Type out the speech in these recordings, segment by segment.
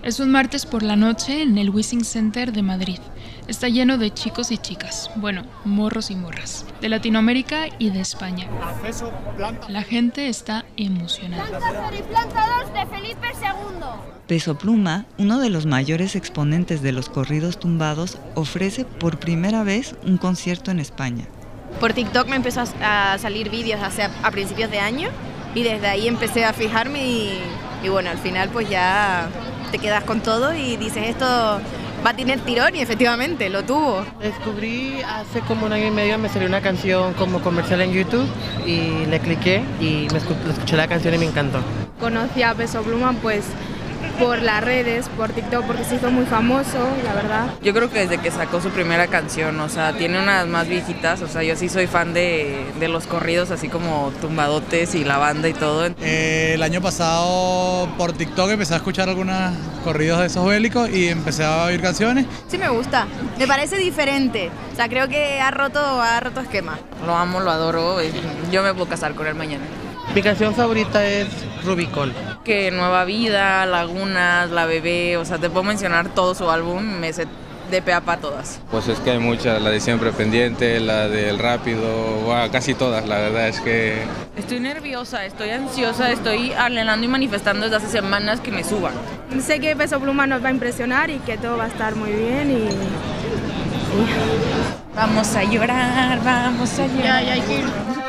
Es un martes por la noche en el Wissing Center de Madrid. Está lleno de chicos y chicas, bueno, morros y morras, de Latinoamérica y de España. La gente está emocionada. Planta 2 de Felipe II. Peso Pluma, uno de los mayores exponentes de los corridos tumbados, ofrece por primera vez un concierto en España. Por TikTok me empezó a salir vídeos a principios de año y desde ahí empecé a fijarme y bueno, al final pues ya te quedas con todo y dices esto va a tener tirón y efectivamente lo tuvo. Descubrí hace como un año y medio, me salió una canción como comercial en YouTube y le cliqué y escuché la canción y me encantó. Conocí a Peso Pluma pues por las redes, por TikTok, porque se hizo muy famoso, la verdad. Yo creo que desde que sacó su primera canción, o sea, tiene unas más viejitas, o sea, yo sí soy fan de los corridos, así como Tumbadotes y la banda y todo. El año pasado por TikTok empecé a escuchar algunos corridos de esos bélicos y empecé a oír canciones. Sí me gusta, me parece diferente, o sea, creo que ha roto esquema. Lo amo, lo adoro, yo me puedo casar con él mañana. Mi canción favorita es Rubicón. Que Nueva Vida, Lagunas, La Bebé, o sea, te puedo mencionar todo su álbum, me sé de pe a pa todas. Pues es que hay muchas, la de Siempre Pendiente, la del Rápido, wow, casi todas, la verdad es que... Estoy nerviosa, estoy ansiosa, estoy anhelando y manifestando desde hace semanas que me suban. Sé que Peso Pluma nos va a impresionar y que todo va a estar muy bien y... Vamos a llorar, vamos a llorar. Ya hay que ir.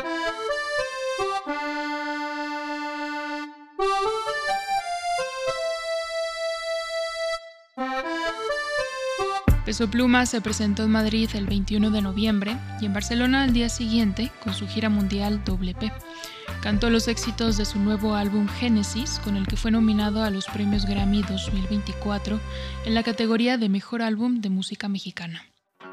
Peso Pluma se presentó en Madrid el 21 de noviembre y en Barcelona al día siguiente con su gira mundial WP. Cantó los éxitos de su nuevo álbum Génesis, con el que fue nominado a los premios Grammy 2024 en la categoría de Mejor Álbum de Música Mexicana.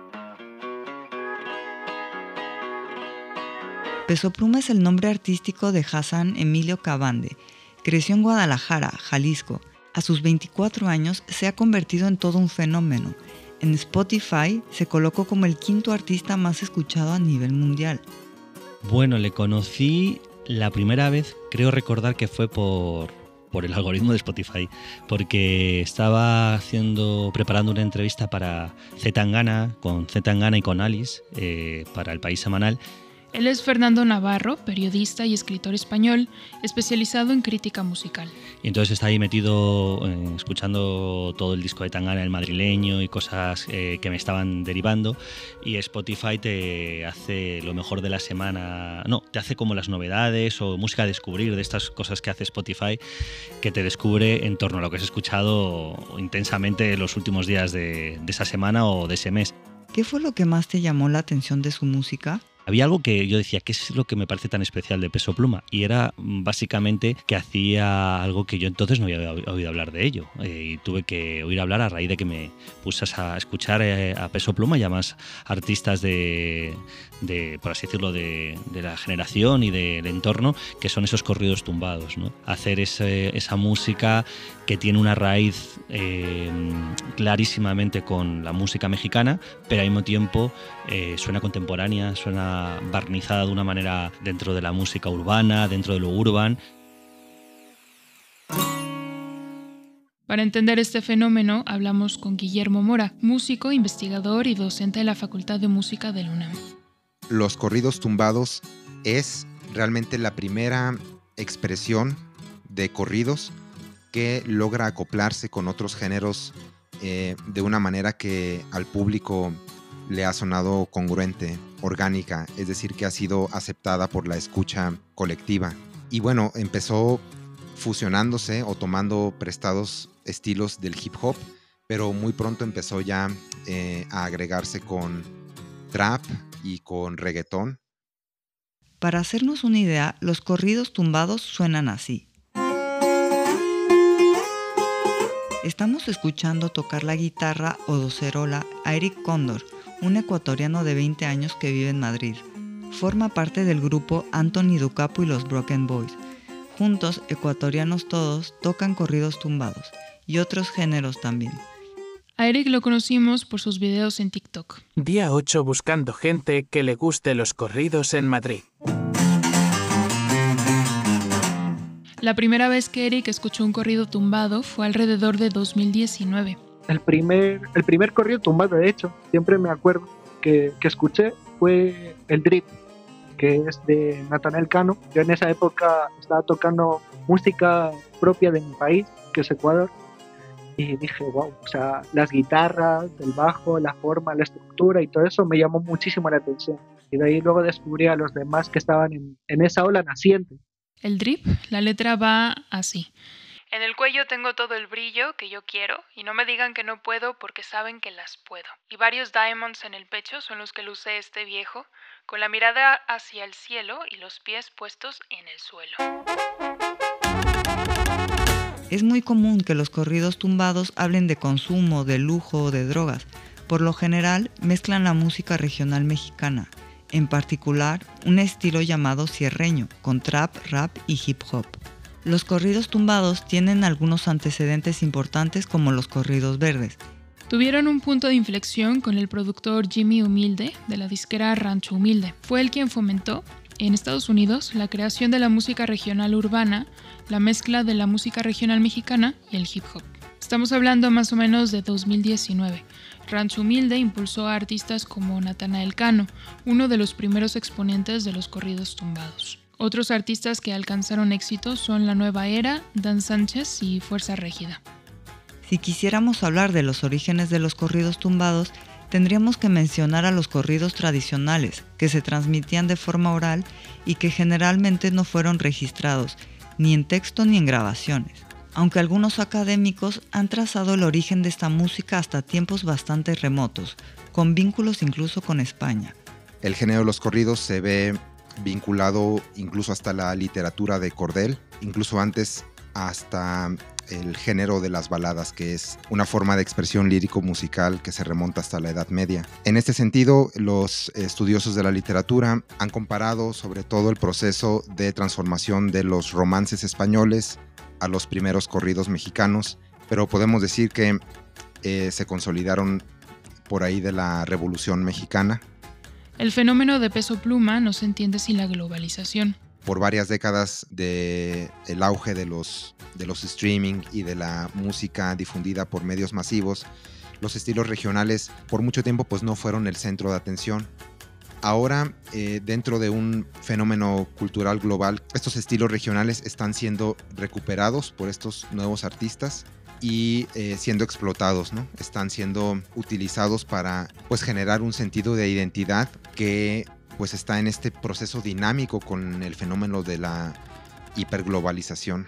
Peso Pluma es el nombre artístico de Hassan Emilio Cavande. Creció en Guadalajara, Jalisco. A sus 24 años se ha convertido en todo un fenómeno. En Spotify se colocó como el quinto artista más escuchado a nivel mundial. Bueno, le conocí la primera vez, creo recordar que fue por el algoritmo de Spotify, porque estaba preparando una entrevista para Zetangana, con Zetangana y con Alice, para El País Semanal. Él es Fernando Navarro, periodista y escritor español, especializado en crítica musical. Y entonces está ahí metido escuchando todo el disco de Tangana, el madrileño y cosas que me estaban derivando. Y Spotify te hace lo mejor de la semana, no, te hace como las novedades o música a descubrir de estas cosas que hace Spotify, que te descubre en torno a lo que has escuchado intensamente los últimos días de esa semana o de ese mes. ¿Qué fue lo que más te llamó la atención de su música? Había algo que yo decía, ¿qué es lo que me parece tan especial de Peso Pluma? Y era básicamente que hacía algo que yo entonces no había oído hablar de ello. Y tuve que oír hablar a raíz de que me puse a escuchar a Peso Pluma y a más artistas de por así decirlo, de la generación y del entorno, que son esos corridos tumbados, ¿no? Hacer esa música que tiene una raíz clarísimamente con la música mexicana, pero al mismo tiempo suena contemporánea, suena barnizada de una manera dentro de la música urbana, dentro de lo urban. Para entender este fenómeno, hablamos con Guillermo Mora, músico, investigador y docente de la Facultad de Música de la UNAM. Los corridos tumbados es realmente la primera expresión de corridos que logra acoplarse con otros géneros de una manera que al público le ha sonado congruente, orgánica, es decir, que ha sido aceptada por la escucha colectiva. Y bueno, empezó fusionándose o tomando prestados estilos del hip hop, pero muy pronto empezó ya a agregarse con trap y con reggaetón. Para hacernos una idea, los corridos tumbados suenan así. Estamos escuchando tocar la guitarra o docerola a Eric Cóndor, un ecuatoriano de 20 años que vive en Madrid. Forma parte del grupo Anthony Ducapo y los Broken Boys. Juntos, ecuatorianos todos, tocan corridos tumbados y otros géneros también. A Eric lo conocimos por sus videos en TikTok. Día 8 buscando gente que le guste los corridos en Madrid. La primera vez que Eric escuchó un corrido tumbado fue alrededor de 2019. El primer corrido tumbado, de hecho, siempre me acuerdo que escuché fue el Drip, que es de Natanael Cano. Yo en esa época estaba tocando música propia de mi país, que es Ecuador, y dije, wow, o sea, las guitarras, el bajo, la forma, la estructura y todo eso me llamó muchísimo la atención. Y de ahí luego descubrí a los demás que estaban en esa ola naciente. El Drip, la letra va así. En el cuello tengo todo el brillo que yo quiero y no me digan que no puedo porque saben que las puedo. Y varios diamonds en el pecho son los que luce este viejo, con la mirada hacia el cielo y los pies puestos en el suelo. Es muy común que los corridos tumbados hablen de consumo, de lujo o de drogas. Por lo general, mezclan la música regional mexicana, en particular un estilo llamado sierreño, con trap, rap y hip hop. Los corridos tumbados tienen algunos antecedentes importantes como los corridos verdes. Tuvieron un punto de inflexión con el productor Jimmy Humilde de la disquera Rancho Humilde. Fue él quien fomentó, en Estados Unidos, la creación de la música regional urbana, la mezcla de la música regional mexicana y el hip hop. Estamos hablando más o menos de 2019. Rancho Humilde impulsó a artistas como Natanael Cano, uno de los primeros exponentes de los corridos tumbados. Otros artistas que alcanzaron éxito son La Nueva Era, Dan Sánchez y Fuerza Régida. Si quisiéramos hablar de los orígenes de los corridos tumbados, tendríamos que mencionar a los corridos tradicionales, que se transmitían de forma oral y que generalmente no fueron registrados, ni en texto ni en grabaciones. Aunque algunos académicos han trazado el origen de esta música hasta tiempos bastante remotos, con vínculos incluso con España. El género de los corridos se ve vinculado incluso hasta la literatura de cordel, incluso antes hasta el género de las baladas, que es una forma de expresión lírico-musical que se remonta hasta la Edad Media. En este sentido, los estudiosos de la literatura han comparado sobre todo el proceso de transformación de los romances españoles a los primeros corridos mexicanos, pero podemos decir que se consolidaron por ahí de la Revolución Mexicana. El fenómeno de Peso Pluma no se entiende sin la globalización. Por varias décadas del auge de los streaming y de la música difundida por medios masivos, los estilos regionales por mucho tiempo pues no fueron el centro de atención. Ahora, dentro de un fenómeno cultural global, estos estilos regionales están siendo recuperados por estos nuevos artistas y siendo explotados, ¿no? Están siendo utilizados para pues generar un sentido de identidad que pues está en este proceso dinámico con el fenómeno de la hiperglobalización.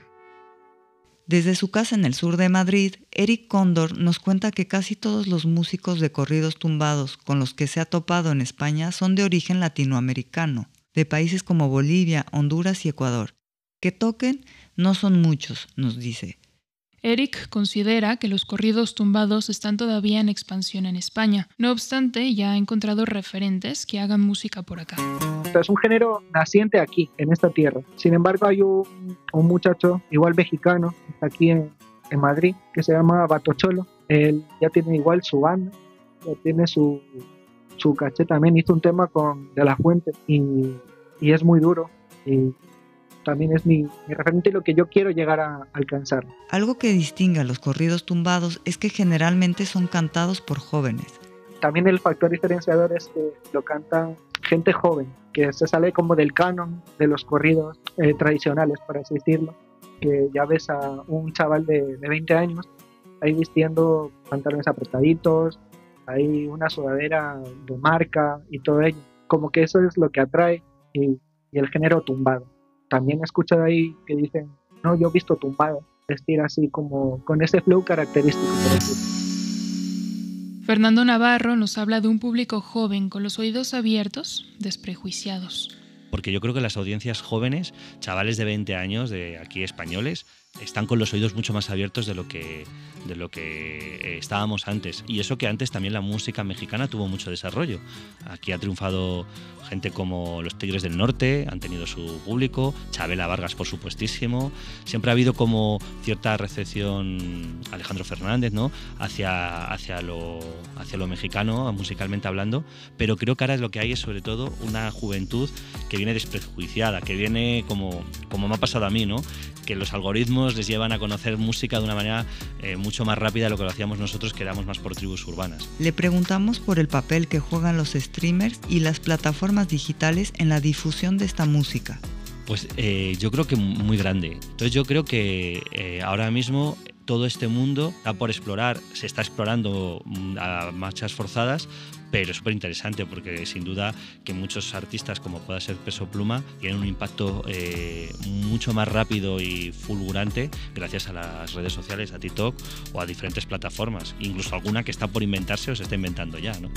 Desde su casa en el sur de Madrid, Eric Cóndor nos cuenta que casi todos los músicos de corridos tumbados con los que se ha topado en España son de origen latinoamericano, de países como Bolivia, Honduras y Ecuador. Que toquen no son muchos, nos dice. Eric considera que los corridos tumbados están todavía en expansión en España. No obstante, ya ha encontrado referentes que hagan música por acá. Es un género naciente aquí, en esta tierra. Sin embargo, hay un muchacho, igual mexicano, aquí en Madrid, que se llama Batocholo. Él ya tiene igual su banda, ya tiene su caché también. Hizo un tema con De La Fuente y es muy duro. Y también es mi referente y lo que yo quiero llegar a alcanzar. Algo que distingue a los corridos tumbados es que generalmente son cantados por jóvenes. También el factor diferenciador es que lo cantan gente joven, que se sale como del canon de los corridos tradicionales, por así decirlo, que ya ves a un chaval de 20 años ahí vistiendo pantalones apretaditos, ahí una sudadera de marca y todo ello. Como que eso es lo que atrae y el género tumbado. También he escuchado ahí que dicen, no, yo he visto tumbado, vestir así como con ese flow característico, por decirlo. Fernando Navarro nos habla de un público joven con los oídos abiertos, desprejuiciados. Porque yo creo que las audiencias jóvenes, chavales de 20 años, de aquí españoles, están con los oídos mucho más abiertos de lo que estábamos antes. Y eso que antes también la música mexicana tuvo mucho desarrollo. Aquí ha triunfado gente como los Tigres del Norte, han tenido su público, Chabela Vargas por supuestísimo. Siempre ha habido como cierta recepción, Alejandro Fernández, ¿no?, hacia lo mexicano, musicalmente hablando, pero creo que ahora lo que hay es sobre todo una juventud que viene desprejuiciada, que viene como me ha pasado a mí, ¿no?, que los algoritmos les llevan a conocer música de una manera mucho más rápida de lo que lo hacíamos nosotros, que éramos más por tribus urbanas. Le preguntamos por el papel que juegan los streamers y las plataformas digitales en la difusión de esta música. Pues yo creo que muy grande. Entonces yo creo que ahora mismo todo este mundo está por explorar, se está explorando a marchas forzadas, pero es súper interesante porque sin duda que muchos artistas, como pueda ser Peso Pluma, tienen un impacto mucho más rápido y fulgurante gracias a las redes sociales, a TikTok o a diferentes plataformas, incluso alguna que está por inventarse o se está inventando ya, ¿no?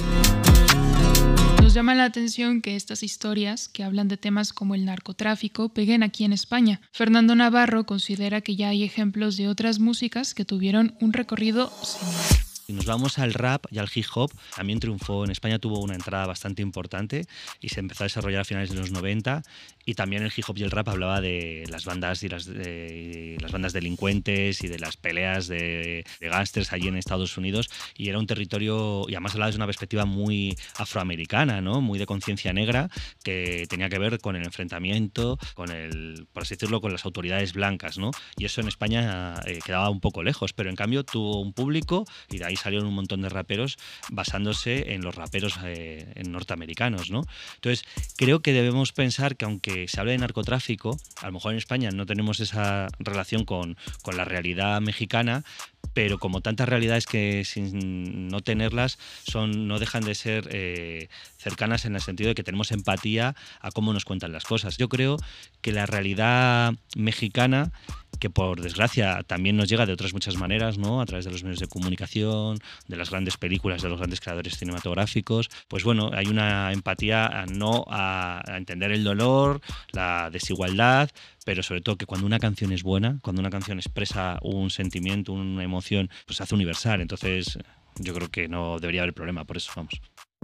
Nos llama la atención que estas historias, que hablan de temas como el narcotráfico, peguen aquí en España. Fernando Navarro considera que ya hay ejemplos de otras músicas que tuvieron un recorrido similar. Si nos vamos al rap y al hip hop, también triunfó. En España tuvo una entrada bastante importante y se empezó a desarrollar a finales de los 90. Y también el hip hop y el rap hablaba de las bandas y las bandas delincuentes y de las peleas de gángsters allí en Estados Unidos. Y era un territorio, y además hablaba desde una perspectiva muy afroamericana, ¿no?, muy de conciencia negra, que tenía que ver con el enfrentamiento, con por así decirlo, con las autoridades blancas, ¿no? Y eso en España quedaba un poco lejos, pero en cambio tuvo un público y de ahí salieron un montón de raperos basándose en los raperos norteamericanos, ¿no? Entonces, creo que debemos pensar que aunque se hable de narcotráfico, a lo mejor en España no tenemos esa relación con la realidad mexicana, pero como tantas realidades que sin no tenerlas no dejan de ser cercanas en el sentido de que tenemos empatía a cómo nos cuentan las cosas. Yo creo que la realidad mexicana, que por desgracia también nos llega de otras muchas maneras, ¿no?, a través de los medios de comunicación, de las grandes películas, de los grandes creadores cinematográficos, pues bueno, hay una empatía a entender el dolor, la desigualdad, pero sobre todo que cuando una canción es buena, cuando una canción expresa un sentimiento, una emoción, pues se hace universal. Entonces yo creo que no debería haber problema, por eso vamos.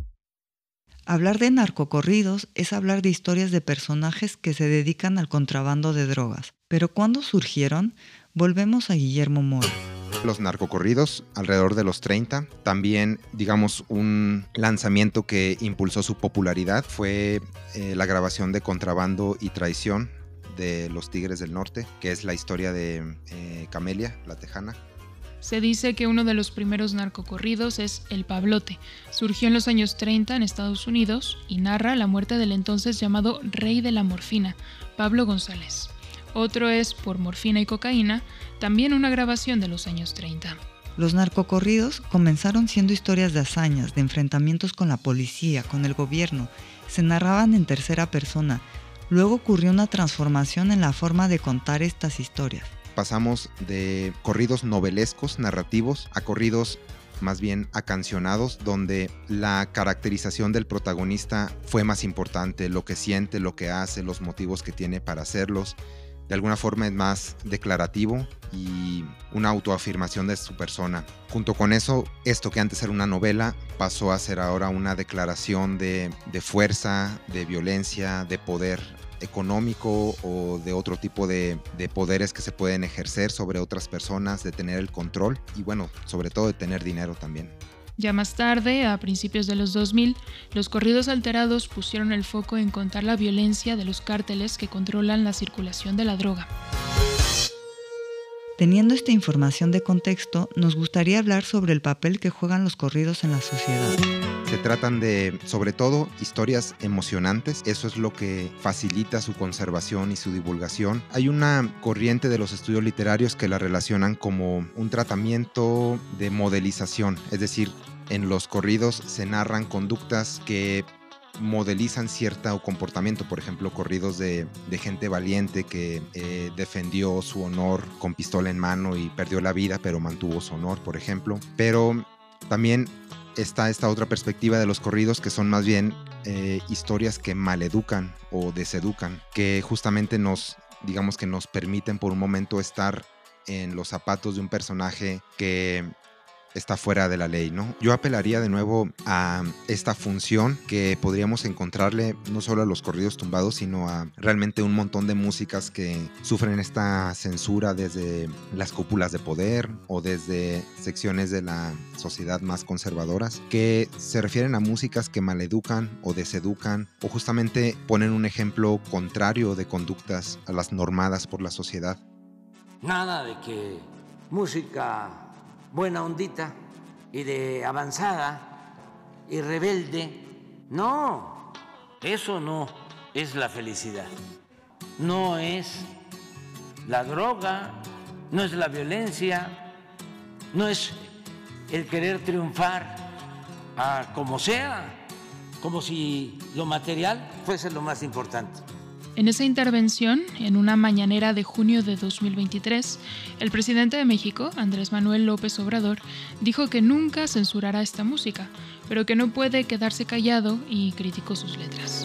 Hablar de narcocorridos es hablar de historias de personajes que se dedican al contrabando de drogas. Pero ¿cuándo surgieron? Volvemos a Guillermo Mora. Los narcocorridos alrededor de los 30. También, digamos, un lanzamiento que impulsó su popularidad fue la grabación de Contrabando y Traición de los Tigres del Norte, que es la historia de Camelia, la tejana. Se dice que uno de los primeros narcocorridos es El Pablote. Surgió en los años 30 en Estados Unidos y narra la muerte del entonces llamado Rey de la Morfina, Pablo González. Otro es Por Morfina y Cocaína, también una grabación de los años 30. Los narcocorridos comenzaron siendo historias de hazañas, de enfrentamientos con la policía, con el gobierno. Se narraban en tercera persona. Luego ocurrió una transformación en la forma de contar estas historias. Pasamos de corridos novelescos, narrativos, a corridos más bien acancionados, donde la caracterización del protagonista fue más importante, lo que siente, lo que hace, los motivos que tiene para hacerlos. De alguna forma es más declarativo y una autoafirmación de su persona. Junto con eso, esto que antes era una novela pasó a ser ahora una declaración de fuerza, de violencia, de poder económico o de otro tipo de poderes que se pueden ejercer sobre otras personas, de tener el control y bueno, sobre todo de tener dinero también. Ya más tarde, a principios de los 2000, los corridos alterados pusieron el foco en contar la violencia de los cárteles que controlan la circulación de la droga. Teniendo esta información de contexto, nos gustaría hablar sobre el papel que juegan los corridos en la sociedad. Se tratan de, sobre todo, historias emocionantes. Eso es lo que facilita su conservación y su divulgación. Hay una corriente de los estudios literarios que la relacionan como un tratamiento de modelización. Es decir, en los corridos se narran conductas que modelizan cierto comportamiento, por ejemplo, corridos de gente valiente que defendió su honor con pistola en mano y perdió la vida, pero mantuvo su honor, por ejemplo. Pero también está esta otra perspectiva de los corridos que son más bien historias que maleducan o deseducan, que justamente nos permiten por un momento estar en los zapatos de un personaje que está fuera de la ley, ¿no? Yo apelaría de nuevo a esta función que podríamos encontrarle no solo a los corridos tumbados, sino a realmente un montón de músicas que sufren esta censura desde las cúpulas de poder o desde secciones de la sociedad más conservadoras, que se refieren a músicas que maleducan o deseducan o justamente ponen un ejemplo contrario de conductas a las normadas por la sociedad. Nada de que música buena ondita y de avanzada y rebelde. No, eso no es la felicidad. No es la droga, no es la violencia, no es el querer triunfar a como sea, como si lo material fuese lo más importante. En esa intervención, en una mañanera de junio de 2023, el presidente de México, Andrés Manuel López Obrador, dijo que nunca censurará esta música, pero que no puede quedarse callado y criticó sus letras.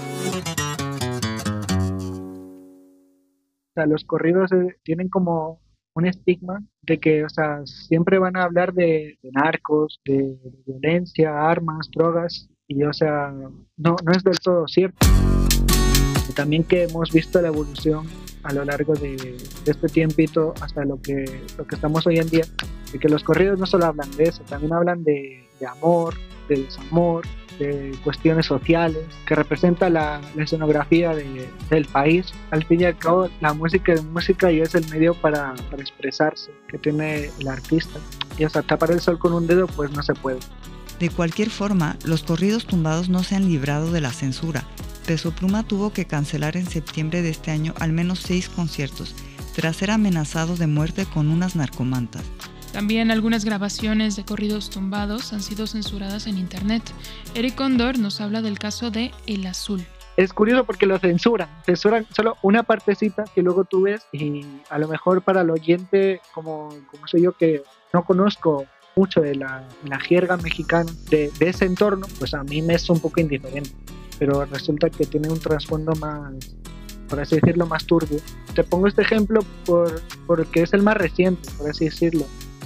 O sea, los corridos tienen como un estigma de que, o sea, siempre van a hablar de narcos, de violencia, armas, drogas, y, o sea, no es del todo cierto. También que hemos visto la evolución a lo largo de este tiempito hasta lo que estamos hoy en día, de que los corridos no solo hablan de eso, también hablan de amor, de desamor, de cuestiones sociales, que representa la escenografía del país. Al fin y al cabo, la música es música y es el medio para expresarse que tiene el artista. Y hasta tapar el sol con un dedo, pues no se puede. De cualquier forma, los corridos tumbados no se han librado de la censura. Peso Pluma tuvo que cancelar en septiembre de este año al menos 6 conciertos, tras ser amenazado de muerte con unas narcomantas. También algunas grabaciones de corridos tumbados han sido censuradas en internet. Eric Cóndor nos habla del caso de El Azul. Es curioso porque lo censuran solo una partecita que luego tú ves y a lo mejor para el oyente, como soy yo que no conozco mucho de la jerga mexicana de ese entorno, pues a mí me es un poco indiferente. Pero resulta que tiene un trasfondo más, por así decirlo, más turbio. Te pongo este ejemplo porque es el más reciente, por así decirlo.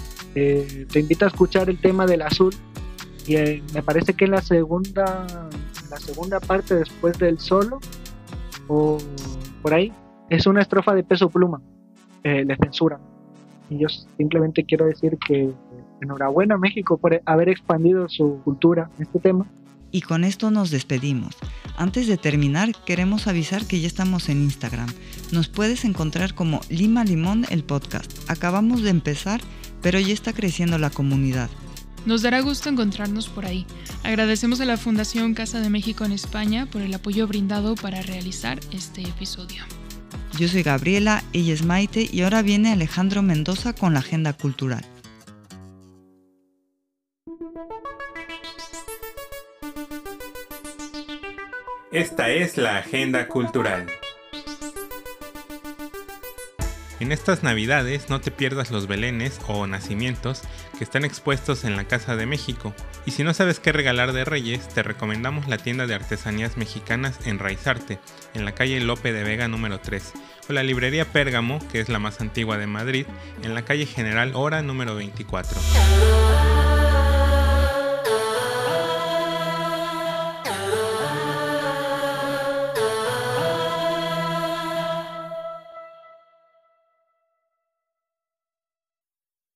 Te invito a escuchar el tema del Azul y me parece que en la segunda parte después del solo o por ahí es una estrofa de Peso Pluma. Le censuran. Y yo simplemente quiero decir que enhorabuena a México por haber expandido su cultura en este tema. Y con esto nos despedimos. Antes de terminar, queremos avisar que ya estamos en Instagram. Nos puedes encontrar como Lima Limón el podcast. Acabamos de empezar, pero ya está creciendo la comunidad. Nos dará gusto encontrarnos por ahí. Agradecemos a la Fundación Casa de México en España por el apoyo brindado para realizar este episodio. Yo soy Gabriela, ella es Maite y ahora viene Alejandro Mendoza con la agenda cultural. Esta es la agenda cultural. En estas Navidades no te pierdas los belenes o nacimientos que están expuestos en la Casa de México. Y si no sabes qué regalar de Reyes, te recomendamos la tienda de artesanías mexicanas Enraizarte, en la calle Lope de Vega número 3, o la librería Pérgamo, que es la más antigua de Madrid, en la calle General Hora número 24.